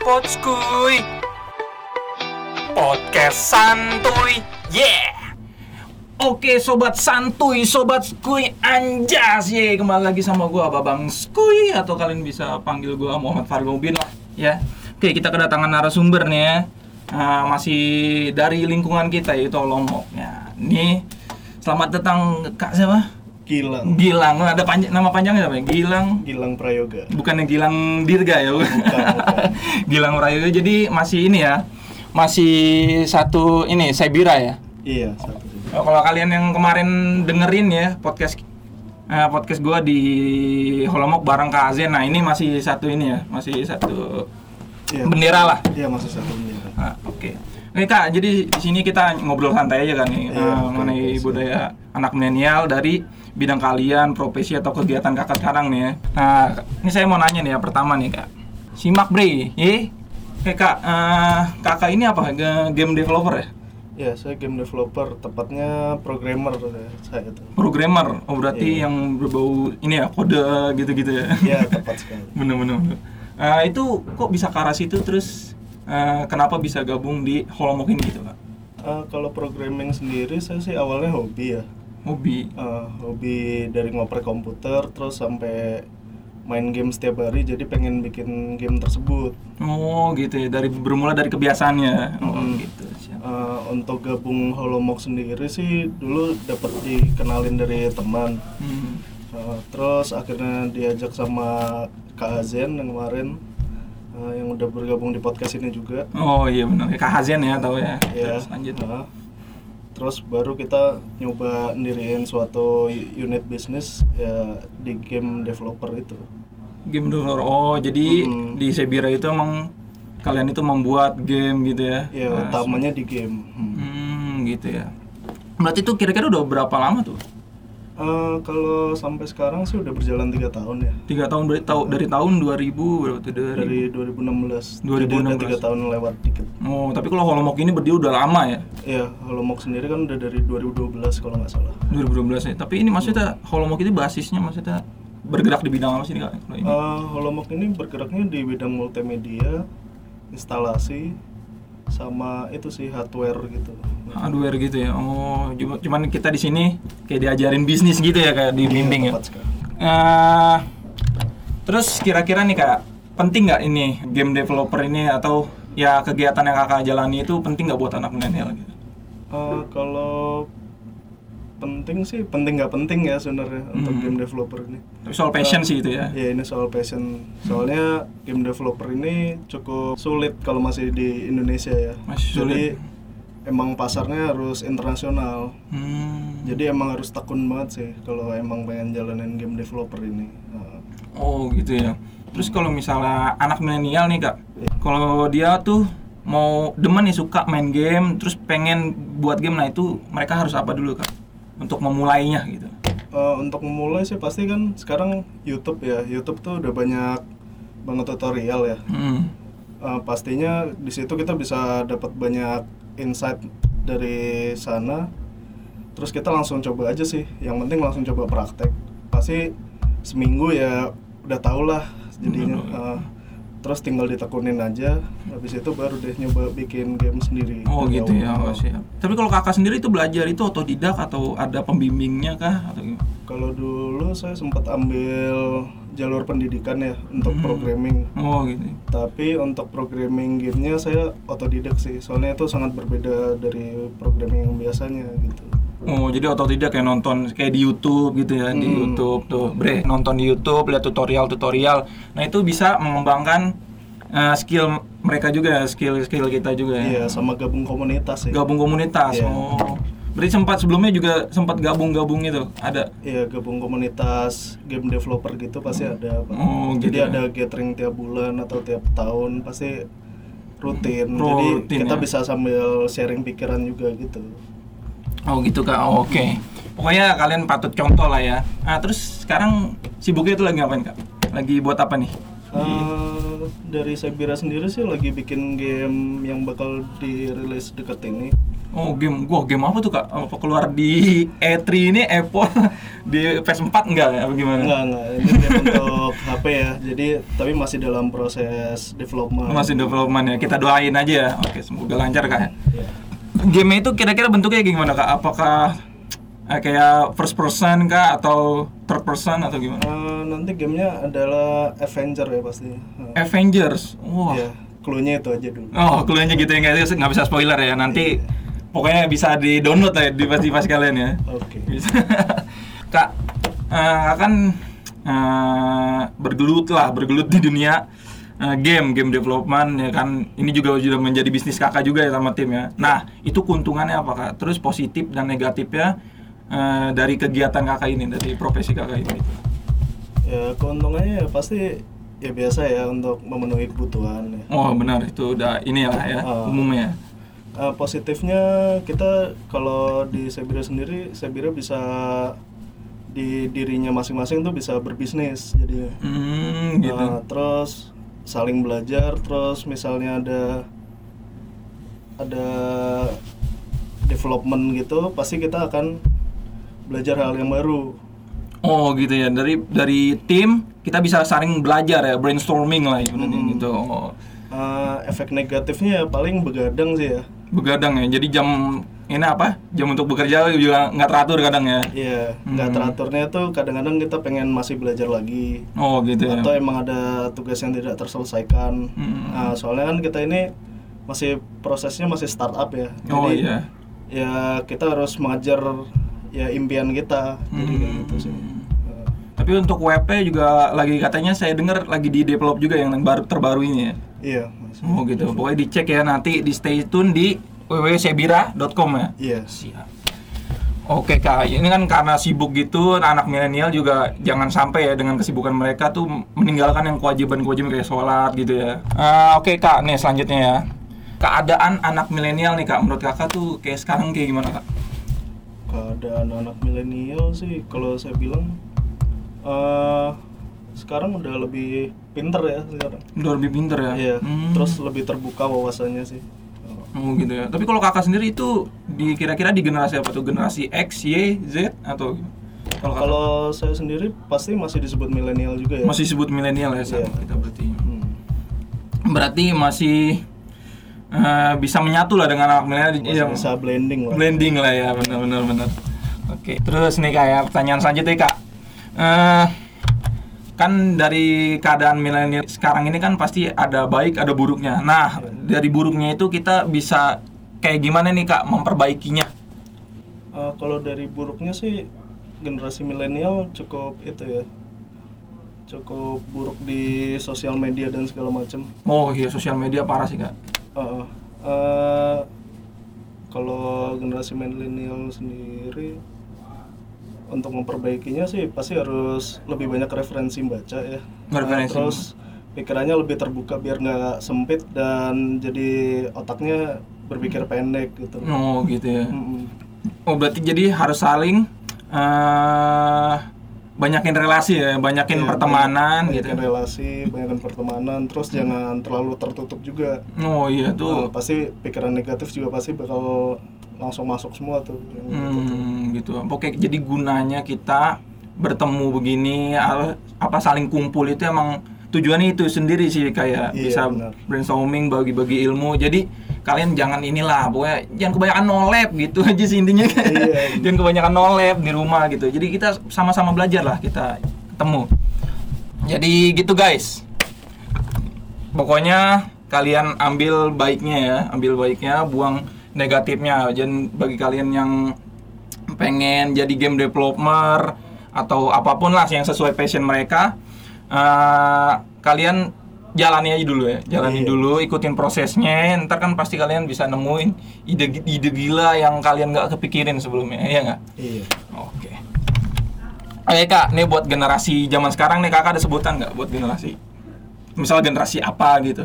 Podskuy Podcast santuy, yeah. Oke sobat santuy, sobat skuy, anjas ye. Kembali lagi sama gua Babang Skuy, atau kalian bisa panggil gua Muhammad Fargo Bin lah ya. Oke, kita kedatangan narasumber nih ya. Masih dari lingkungan kita, yaitu Holomok ya. Nih, selamat datang Kak siapa? Gilang, ada nama panjangnya apa ya? Gilang Prayoga. Bukannya Gilang Dirga ya? Bukan. Gilang Prayoga. Jadi masih ini ya, masih satu ini Sebira ya? Iya, satu. Kalau kalian yang kemarin dengerin ya podcast gua di Holomok bareng Kak Azen. Nah, ini masih satu ini ya, masih satu bendera lah. Iya, masih satu bendera. Oke. Oke Kak, jadi di sini kita ngobrol santai aja kan nih, mengenai budaya anak milenial dari bidang kalian, profesi atau kegiatan kakak sekarang nih ya. Nah, ini saya mau nanya nih ya, pertama nih Kak. Simak bre, Kak, kakak ini apa? Game developer ya? Ya, saya game developer, tepatnya programmer saya tuh. Programmer, oh berarti yang berbau ini ya, kode gitu-gitu ya? Iya, tepat sekali. Bener. Itu kok bisa ke arah situ, terus kenapa bisa gabung di Holomok ini gitu Kak? Kalau programming sendiri, saya sih awalnya hobi ya. Hobi dari ngoprek komputer, terus sampai main game setiap hari, jadi pengen bikin game tersebut. Oh gitu ya, bermula dari kebiasaannya. Gitu. Untuk gabung Holomok sendiri sih dulu dapat dikenalin dari teman. Terus akhirnya diajak sama Kak Hazen yang kemarin, yang udah bergabung di podcast ini juga. Oh iya benar, Kak Hazen ya, tahu ya. Iya. Terus lanjut. Terus baru kita nyoba ndiriin suatu unit bisnis ya di game developer itu. Game developer. Oh, jadi di Sebira itu emang kalian itu membuat game gitu ya? Iya, utamanya di game. Gitu ya. Berarti itu kira-kira udah berapa lama tuh? Kalau sampai sekarang sih udah berjalan 3 tahun ya. 3 tahun berarti dari tahun 2000 berapa tuh? Dari 2016. 2016. Jadi udah 3 tahun lewat dikit. Oh, tapi kalau Holomok ini berdiri udah lama ya? Iya, Holomok sendiri kan udah dari 2012 kalau nggak salah. 2012 ya. Tapi ini maksudnya Holomok itu basisnya maksudnya bergerak di bidang apa sih Kak? Holomok ini bergeraknya di bidang multimedia, instalasi, sama itu sih hardware gitu. Hardware gitu ya. Oh, cuman kita di sini kayak diajarin bisnis gitu ya, kayak dibimbing ya. Terus kira-kira nih Kak, penting nggak ini game developer ini atau ya kegiatan yang Kakak jalani itu penting nggak buat anak milenial gitu? Kalau penting sih, penting nggak penting ya sebenarnya untuk game developer ini. Tapi soal passion sih itu ya? Iya, ini soal passion. Soalnya game developer ini cukup sulit kalau masih di Indonesia ya. Masih sulit. Jadi emang pasarnya harus internasional. Jadi emang harus tekun banget sih kalau emang pengen jalanin game developer ini. Oh gitu ya. Terus kalau misalnya anak milenial nih Kak, kalau dia tuh mau demen nih, suka main game, terus pengen buat game, nah itu mereka harus apa dulu Kak untuk memulainya gitu? Untuk memulai sih pasti kan sekarang YouTube ya. YouTube tuh udah banyak banget tutorial ya. Pastinya di situ kita bisa dapat banyak insight dari sana. Terus kita langsung coba aja sih. Yang penting langsung coba praktek. Pasti seminggu ya udah tau lah jadinya. Terus tinggal ditekunin aja. Habis itu baru deh nyoba bikin game sendiri. Oh gitu ya, siap. Tapi kalau Kakak sendiri itu belajar itu otodidak atau ada pembimbingnya kah atau gimana? Kalau dulu saya sempat ambil jalur pendidikan ya untuk programming. Oh gitu. Tapi untuk programming gamenya saya otodidak sih. Soalnya itu sangat berbeda dari programming yang biasanya gitu. Oh, jadi otodidak ya, nonton kayak di YouTube gitu ya, di YouTube tuh, nonton di YouTube, lihat tutorial. Nah, itu bisa mengembangkan skill mereka juga, skill kita juga ya. Iya, sama gabung komunitas ya. Gabung komunitas. Yeah. Oh. Berarti sebelumnya juga sempat gabung itu, ada? Iya, gabung komunitas game developer gitu pasti ada, Pak. Oh, jadi gitu ada gathering tiap bulan atau tiap tahun pasti rutin. Jadi kita bisa sambil sharing pikiran juga gitu. Oh gitu Kak, oke. Pokoknya kalian patut contoh lah ya. Nah terus sekarang sibuknya itu lagi ngapain Kak? Lagi buat apa nih? Dari Sebira sendiri sih lagi bikin game yang bakal dirilis dekat ini. Oh, game apa tuh Kak? Apa keluar di E3 ini Apple di PS4 enggak ya? Apa gimana? Enggak. Ini game untuk HP ya. Jadi tapi masih dalam proses development. Masih development ya. Kita doain aja ya. Oke, semoga lancar Kak. Iya. Game itu kira-kira bentuknya gimana Kak? Apakah kayak first person Kak atau third person atau gimana? Nanti gamenya adalah Avenger ya pasti. Avengers. Wah. Iya, clue-nya itu aja dulu. Oh, clue-nya gitu ya, nggak bisa spoiler ya. Nanti pokoknya bisa di-download ya di device kalian ya. Oke. Bisa. Kak, akan bergelut di dunia game development ya kan. Ini juga sudah menjadi bisnis Kakak juga ya sama tim ya. Nah, itu keuntungannya apa Kak? Terus positif dan negatifnya dari kegiatan Kakak ini, dari profesi Kakak ini. Ya, keuntungannya ya pasti ya biasa ya untuk memenuhi kebutuhan ya. Oh, benar, itu udah inilah ya umumnya. Positifnya kita kalau di Sebira sendiri, Sebira bisa di dirinya masing-masing tuh bisa berbisnis jadinya. Gitu. Terus saling belajar, terus misalnya ada development gitu, pasti kita akan belajar hal yang baru. Oh gitu ya, dari tim kita bisa saling belajar ya, brainstorming lah gitu. Oh. Efek negatifnya ya paling begadang sih ya. Begadang ya, jadi jam untuk bekerja juga nggak teratur kadang ya. Iya, nggak teraturnya tuh kadang-kadang kita pengen masih belajar lagi. Oh gitu ya. Atau emang ada tugas yang tidak terselesaikan. Nah, soalnya kan kita ini prosesnya masih startup ya. Jadi ya kita harus mengejar ya impian kita. Jadi kayak gitu sih. Tapi untuk WP juga lagi katanya saya dengar lagi di develop juga yang terbaru ini ya. Iya. Oh gitu. Pokoknya dicek ya, nanti di stay tune di www.sebira.com ya. Iya. Siap. Oke Kak, ini kan karena sibuk gitu, anak milenial juga jangan sampai ya dengan kesibukan mereka tuh meninggalkan yang kewajiban kayak sholat gitu ya. Oke Kak, nih selanjutnya ya. Keadaan anak milenial nih Kak, menurut Kakak tuh kayak sekarang kayak gimana Kak? Keadaan anak milenial sih kalau saya bilang sekarang udah lebih pinter ya sekarang. Udah lebih pinter ya? Iya, terus lebih terbuka wawasannya sih. Oh gitu ya. Tapi kalau Kakak sendiri itu kira-kira di generasi apa tuh? Generasi X, Y, Z atau kalau saya sendiri pasti masih disebut milenial juga ya. Masih disebut milenial ya sama kita berarti. Berarti masih bisa menyatu lah dengan anak milenial. Bisa blending lah. Blending lah ya, benar. Oke. Terus nih Kak, pertanyaan selanjutnya Kak. Kan dari keadaan milenial sekarang ini kan pasti ada baik ada buruknya. Nah, dari buruknya itu kita bisa kayak gimana nih Kak memperbaikinya? Kalau dari buruknya sih generasi milenial cukup buruk di sosial media dan segala macam. Oh iya, sosial media parah sih Kak. Kalau generasi milenial sendiri untuk memperbaikinya sih pasti harus lebih banyak referensi baca ya. Terus pikirannya lebih terbuka biar nggak sempit dan jadi otaknya berpikir pendek gitu. Oh gitu ya. Oh berarti jadi harus saling banyakin relasi ya, banyakin pertemanan gitu. Banyakin pertemanan, terus jangan terlalu tertutup juga. Oh iya tuh. Pasti pikiran negatif juga pasti bakal langsung masuk semua tuh. Gitu. Oke, jadi gunanya kita bertemu begini, saling kumpul itu emang tujuannya itu sendiri sih, kayak bisa brainstorming, bagi-bagi ilmu. Jadi kalian jangan pokoknya jangan kebanyakan no-lab gitu aja sih intinya. Jangan kebanyakan no-lab di rumah gitu. Jadi kita sama-sama belajar lah, kita ketemu. Jadi gitu guys. Pokoknya kalian ambil baiknya, buang negatifnya. Jadi bagi kalian yang pengen jadi game developer atau apapun lah yang sesuai passion mereka, kalian jalani aja dulu ya, dulu, ikutin prosesnya. Ntar kan pasti kalian bisa nemuin ide gila yang kalian nggak kepikirin sebelumnya, ya nggak? Iya. Oke Kak, nih buat generasi zaman sekarang nih, Kakak ada sebutan nggak buat generasi? Misal generasi apa gitu?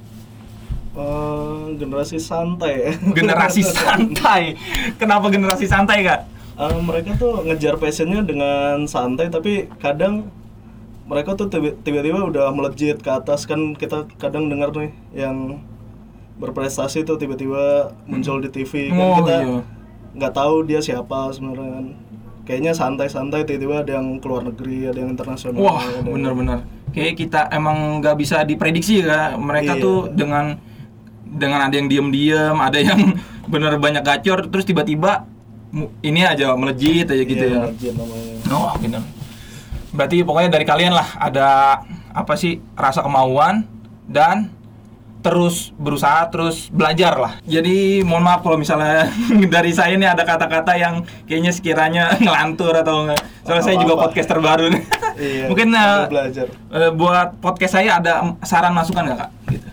Generasi santai ya. Generasi santai. Kenapa generasi santai Kak? Mereka tuh ngejar passionnya dengan santai, tapi kadang mereka tuh tiba-tiba udah melejit ke atas. Kan kita kadang dengar nih yang berprestasi tuh tiba-tiba muncul di TV kan kita nggak tahu dia siapa sebenarnya kan. Kayaknya santai-santai tiba-tiba ada yang keluar negeri, ada yang internasional. Wah, bener-bener. Kayak kita emang nggak bisa diprediksi ya. Mereka tuh dengan ada yang diem-diem, ada yang bener banyak gacor, terus tiba-tiba ini aja melejit aja gitu ya. Melejit namanya. Oh, bener. Berarti pokoknya dari kalian lah ada apa sih rasa kemauan dan terus berusaha, terus belajar lah. Jadi mohon maaf kalau misalnya dari saya ini ada kata-kata yang kayaknya sekiranya ngelantur atau enggak. Soalnya saya juga podcaster baru nih. Iya, mungkin belajar. Buat podcast saya ada saran masukan nggak Kak? Gitu.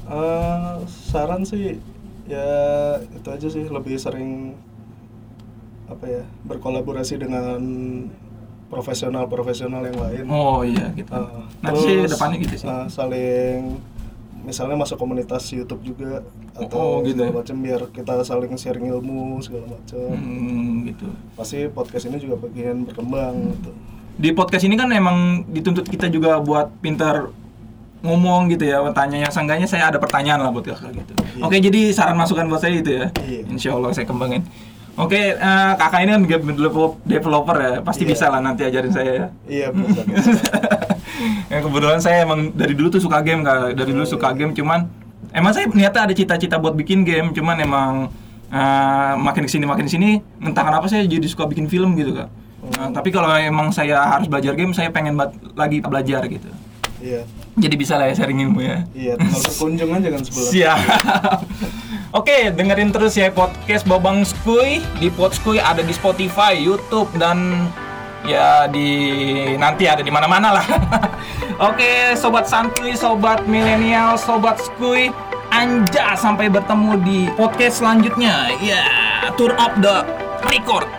Saran sih ya itu aja sih, lebih sering berkolaborasi dengan profesional yang lain. Oh iya gitu. Nanti sih depannya gitu sih. Saling misalnya masuk komunitas YouTube juga atau gitu segala macam biar kita saling sharing ilmu segala macam. Gitu. Pasti podcast ini juga bagian berkembang gitu. Di podcast ini kan emang dituntut kita juga buat pintar ngomong gitu ya, tanya yang seenggaknya saya ada pertanyaan lah buat kakak gitu. Iya. Oke, jadi saran masukan buat saya itu ya. Iya. Insya Allah saya kembangin. Oke, kakak ini kan developer ya, pasti bisa lah nanti ajarin saya ya. Iya, bisa. Yang kebetulan saya emang dari dulu tuh suka game Kak, suka game, cuman emang saya niatnya ada cita-cita buat bikin game, cuman emang makin kesini entah kenapa saya jadi suka bikin film gitu Kak. Tapi kalau emang saya harus belajar game, saya pengen lagi belajar gitu. Iya. Jadi bisa lah ya sharing ilmu ya. Iya, tinggal berkunjung aja kan sebelah. Siap. Oke, dengerin terus ya podcast Babang Skuy. Di Podskuy ada di Spotify, YouTube, dan ya nanti ada di mana-mana lah. Oke, sobat santuy, sobat milenial, sobat Skuy, anja sampai bertemu di podcast selanjutnya. Ya, tour of the record.